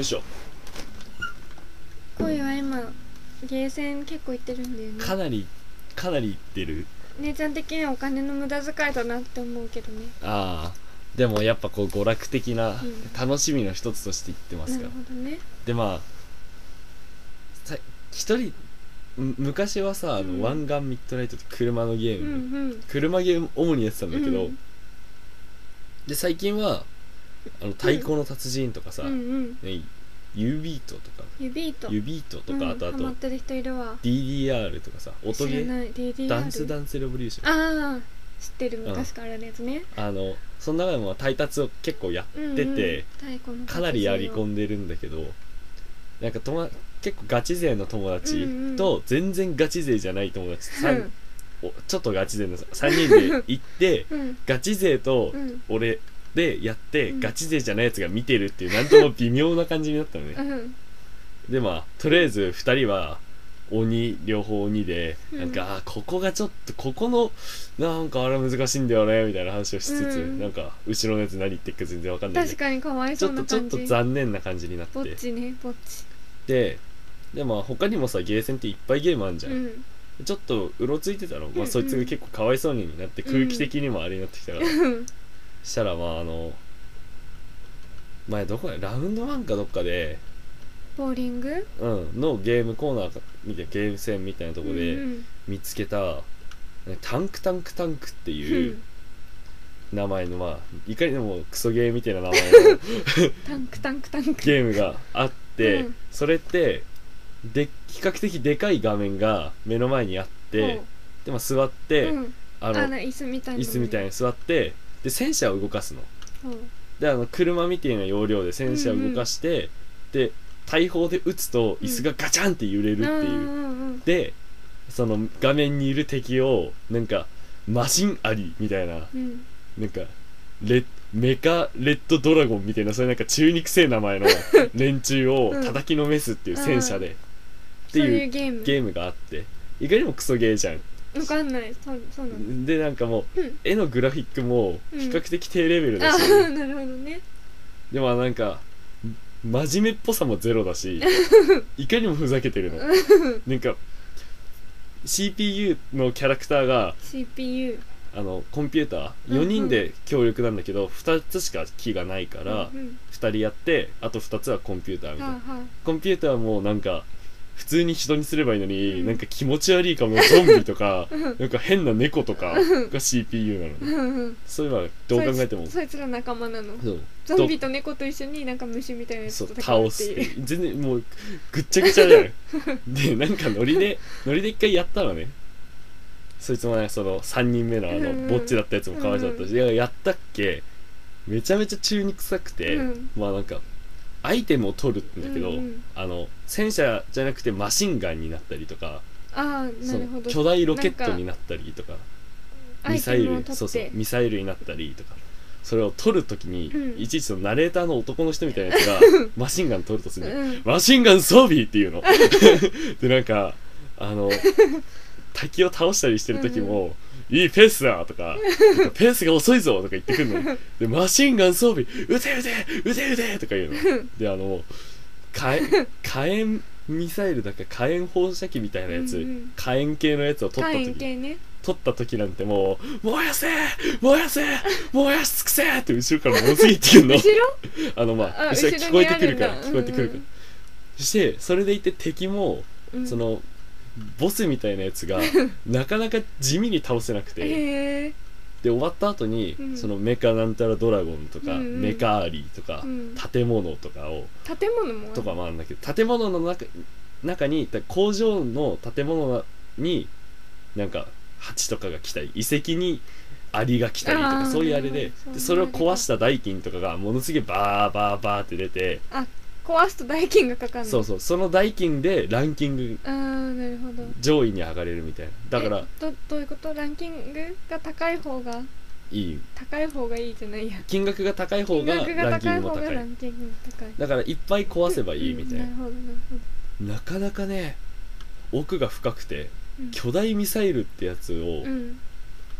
いしょ。 恋は今ゲーセン結構行ってるんだよね。 かなり行ってる。 姉ちゃん的にはお金の無駄遣いだなって思うけどね。 ああ、でもやっぱこう娯楽的な楽しみの一つとして言ってますから、 なるほどね。 でまあ一人昔はさ、湾岸ミッドナイトって車のゲーム、車ゲーム主にやってたんだけど、で最近は太鼓の達人とかさ、ユビートとかユビートとか、あとハマってる人いるわ。 DDR とかさ、音ゲー、 DDR ダンスレボリューション、 ああ知ってる、昔からあるやつね。 その中でもタイタツを結構やってて、かなりやり込んでるんだけど、なんか結構ガチ勢の友達と全然ガチ勢じゃない友達、ちょっとガチ勢の3人で行って、ガチ勢と俺でやって、ガチ勢じゃないやつが見てるっていう、なんとも微妙な感じになったのね。でまあとりあえず2人は両方鬼で、なんかここがちょっとここのなんかあれ難しいんだよねみたいな話をしつつ、なんか後ろのやつ何言ってるか全然わかんない、 確かにかわいそうな感じ、 ちょっと残念な感じになって、 ぼっちね、ぼっちでまあ他にもさゲーセンっていっぱいゲームあるじゃん、ちょっとうろついてたの、まあ、そいつが結構かわいそうになって空気的にもあれになってきたから、したらまあ前どこやラウンドワンかどっかでボーリングのゲームコーナーみたいなゲーム戦みたいなところで見つけた、タンクっていう名前の、まあいかにでもクソゲーみたいな名前のタンクゲームがあって、それって比較的でかい画面が目の前にあって、でも座って、 椅子みたいに座って、で戦車を動かすの、で車みたいな要領で戦車を動かして、で大砲で撃つと椅子がガチャンって揺れるっていう、でその画面にいる敵をなんかマシンアリみたいな、なんかメカレッドドラゴンみたいな、そういうなんか中肉性名前の連中を叩きのめすっていう戦車で、っていうゲームがあって、いかにもクソゲーじゃん。 わかんない。そうなのでなんかもう、絵のグラフィックも比較的低レベルだし、 なるほどね。 でもなんか真面目っぽさもゼロだしいかにもふざけてるのなんか CPU のキャラクターが CPU コンピューター4人で協力なんだけど、2つしかキーがないから、2人やってあと2つはコンピューターみたいな、コンピューターもなんか普通に人にすればいいのに、なんか気持ち悪いかもゾンビとかなんか変な猫とかが CPU なのねそういえばどう考えてもそいつら仲間なの。 そうゾンビと猫と一緒になんか虫みたいなやつと倒すって全然もうぐっちゃぐちゃじゃんでなんかノリで一回やったのね。そいつもね、その3人目のぼっちだったやつもかわいそうだったし、やったっけめちゃめちゃ中に臭くて、まあなんかアイテムを取るんだけど、戦車じゃなくてマシンガンになったりとか、 なるほど、 巨大ロケットになったりとか、ミサイルになったりとか、それを取るときに、いちいちそのナレーターの男の人みたいなやつがマシンガン取るとするね、マシンガン装備っていうのでなんか敵を倒したりしてる時も、いいペースだとかペースが遅いぞとか言ってくるのでマシンガン装備撃てとか言うので火炎ミサイルだか火炎放射器みたいなやつ、火炎系のやつを取った時なんてもう燃やし尽くせって後ろからものすぎてくるの後ろまあ後ろ聞こえてくるからそしてそれでいて敵も、そのボスみたいなやつがなかなか地味に倒せなくてで終わった後に、そのメカなんたらドラゴンとか、メカアリーとか、建物とかもあるんだけど、建物の中に工場の建物になんか蜂とかが来たり遺跡にアリが来たりとか、そういうあれでそれを壊した代金とかがものすげえバーって出て、 壊すと代金がかかるの。 その代金でランキングなるほど上位に上がれるみたいな。だからどういうこと？ランキングが高い方がいいじゃないや、 金額が高い方がランキングも高い。だからいっぱい壊せばいいみたいな。なかなかね奥が深くて、巨大ミサイルってやつを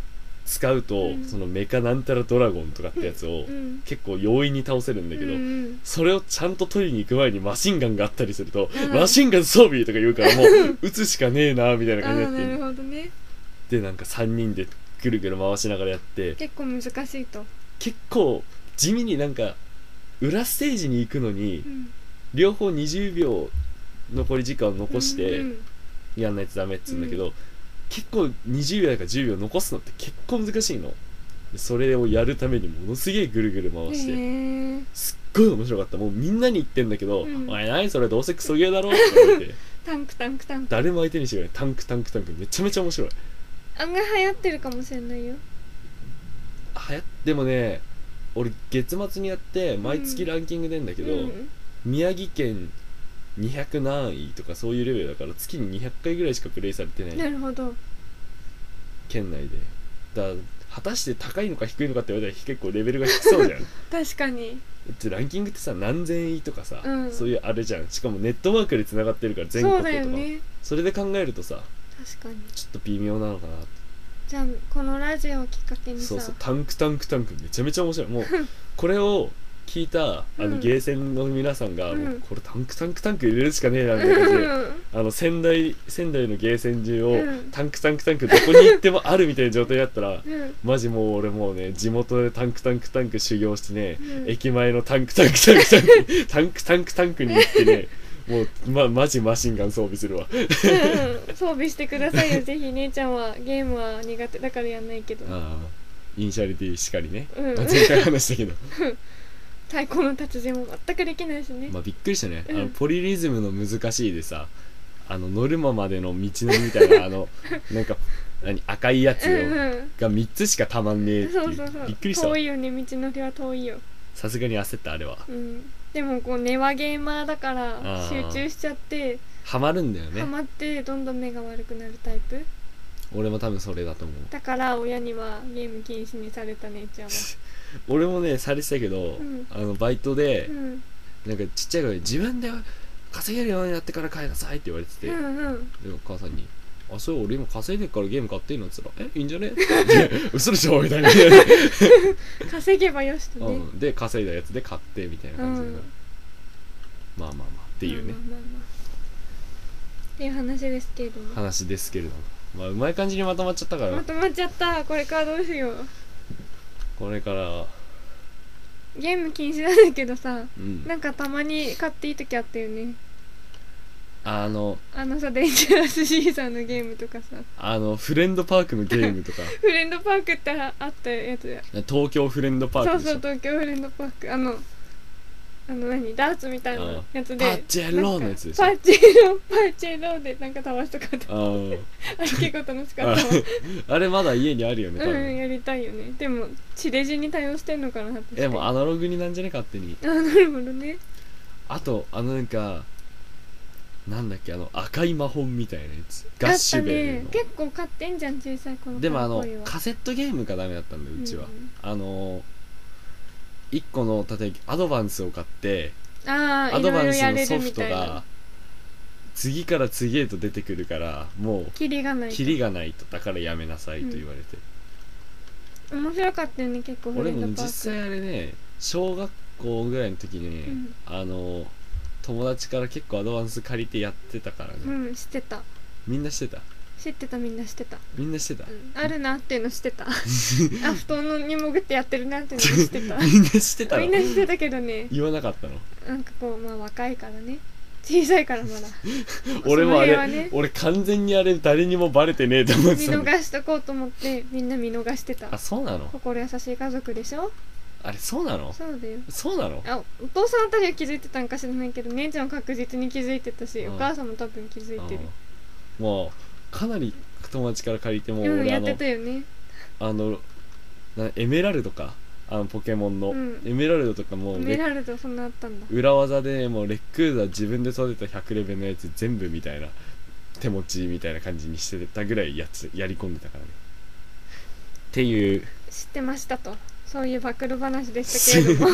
使うと、 うんそのメカなんたらドラゴンとかってやつをうん結構容易に倒せるんだけど、 うんそれをちゃんと取りに行く前にマシンガンがあったりすると、 うんマシンガン装備とか言うからもう撃つしかねえなみたいなああなる感じになってほどね。 でなんか3人でぐるぐる回しながらやって、 結構難しいと。 結構地味になんか裏ステージに行くのにうん両方20秒残り時間を残してうんやんないとダメっつうんだけど、結構20秒だから10秒残すのって結構難しいの。でそれをやるためにものすげえぐるぐる回して、 へえ。 すっごい面白かった。もうみんなに言ってんだけど、 うんお前何それどうせクソゲーだろって言われてタンクタンクタンク。 誰も相手にしてくれない。タンクタンクタンクめちゃめちゃ面白い。 案外流行ってるかもしれないよ。 でもね、俺月末にやって毎月ランキング出んだけど、 うん宮城県200何位とかそういうレベルだから月に200回ぐらいしかプレイされてなないるほど。 県内で。だから果たして高いのか低いのかって言われたら結構レベルが低そうじゃん確かに。 ランキングってさ何千位とかさ、 うんそういうあれじゃん。しかもネットワークでつながってるから全国そうとかだよね。 それで考えるとさ確かに。 ちょっと微妙なのかなって。 じゃあこのラジオをきっかけにさ。 そうそうタンクタンクタンクめちゃめちゃ面白い。もうこれを聞いたゲーセンの皆さんが、もうこれタンクタンクタンク入れるしかねえなみたいな感じで、仙台のゲーセン中を、タンクタンクタンクどこに行ってもあるみたいな状態だったら、マジもう俺もうね地元でタンクタンクタンク修行してね、駅前のタンクタンクタンクタンクタンクタンクタンクに行ってねもうマジマシンガン装備するわ装備してくださいよぜひ。姉ちゃんはゲームは苦手だからやんないけど。 ああイニシャリティしかりね、 うん前回話したけど太鼓の達人も全くできないしね。 まあびっくりしたね、ポリリズムの難しいでさノルマまでの道のりみたいななんか赤いやつが3つしかたまんねえっていう、 そうそうそう。 びっくりした。 遠いよね、道のりは遠いよ。 さすがに焦ったあれは。 でもこうネワゲーマーだから集中しちゃってハマるんだよね。 ハマってどんどん目が悪くなるタイプ。 俺も多分それだと思う。 だから親にはゲーム禁止にされた姉ちゃんは俺もねされてたけど、バイトで、なんかちっちゃい頃に自分で稼げるようになってから買いなさいって言われてて、でお母さんに「あ、それ俺今稼いでるからゲーム買っていいの?」って言ったら「え、いいんじゃね?」嘘でしょみたいな稼げばよしとね、 で稼いだやつで買ってみたいな感じで、まあまあまあっていうね、 っていう話ですけれども話ですけれども、まあうまい感じにまとまっちゃったから、 まとまっちゃった。これからどうしよう。 これからゲーム禁止なんだけどさ、なんかたまに買っていい時あったよね。さデンジャラス C さんのゲームとかさ、 フレンドパークのゲームとかフレンドパークってあったやつや。 東京フレンドパークでしょ。 そうそう、東京フレンドパーク。何ダーツみたいなやつでパッチェローのやつでしょ。 パッチェローでなんか倒しとかってあれ結構楽しかったわあれまだ家にあるよね多分。 やりたいよね。でも地デジに対応してんのかな。 でもアナログになんじゃね勝手に。 なるほどね。 あとなんかなんだっけ赤い魔法みたいなやつガッシュベルの、 結構買ってんじゃん小さい頃。 でもカセットゲームがダメだったんだようちは。1個の例えばアドバンスを買って、アドバンスのソフトが次から次へと出てくるからもうキリがないと、だからやめなさいと言われて、 面白かったよね結構。 俺も実際あれね小学校ぐらいの時にね、友達から結構アドバンス借りてやってたからね。 知ってた。 みんな知ってた。 みんな知ってた。 みんな知ってた。 あるなっていうの知ってた。布団に潜ってやってるなっていうの知ってた。 みんな知ってたの。 みんな知ってたけどね。 言わなかったの。 なんかこう若いからね。小さいからまだ。 俺もあれ、俺完全にあれ誰にもバレてねえと思ってた。 見逃しとこうと思ってみんな見逃してた。 あ、そうなの。 心優しい家族でしょ。あれそうなの。 そうだよ。 そうなの。 お父さんあたりは気づいてたんか知らないけど、姉ちゃんは確実に気づいてたし、お母さんも多分気づいてる。 もうかなり友達から借りても俺やってたよね。 エメラルドかポケモンの、エメラルドとかもエメラルドそんなあったんだ。 裏技でもうレックーザ自分で育てた100レベルのやつ全部みたいな手持ちみたいな感じにしてたぐらいやり込んでたからねっていう。 知ってましたと。そういう暴露話でしたけれども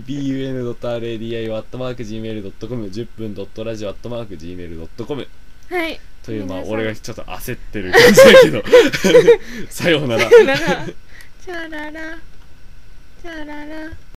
juppun.radio@gmail.com 10分.radio@gmail.com はい。 というまあ俺がちょっと焦ってる感じだけどさようなら。 さようなら。チャララチャララ。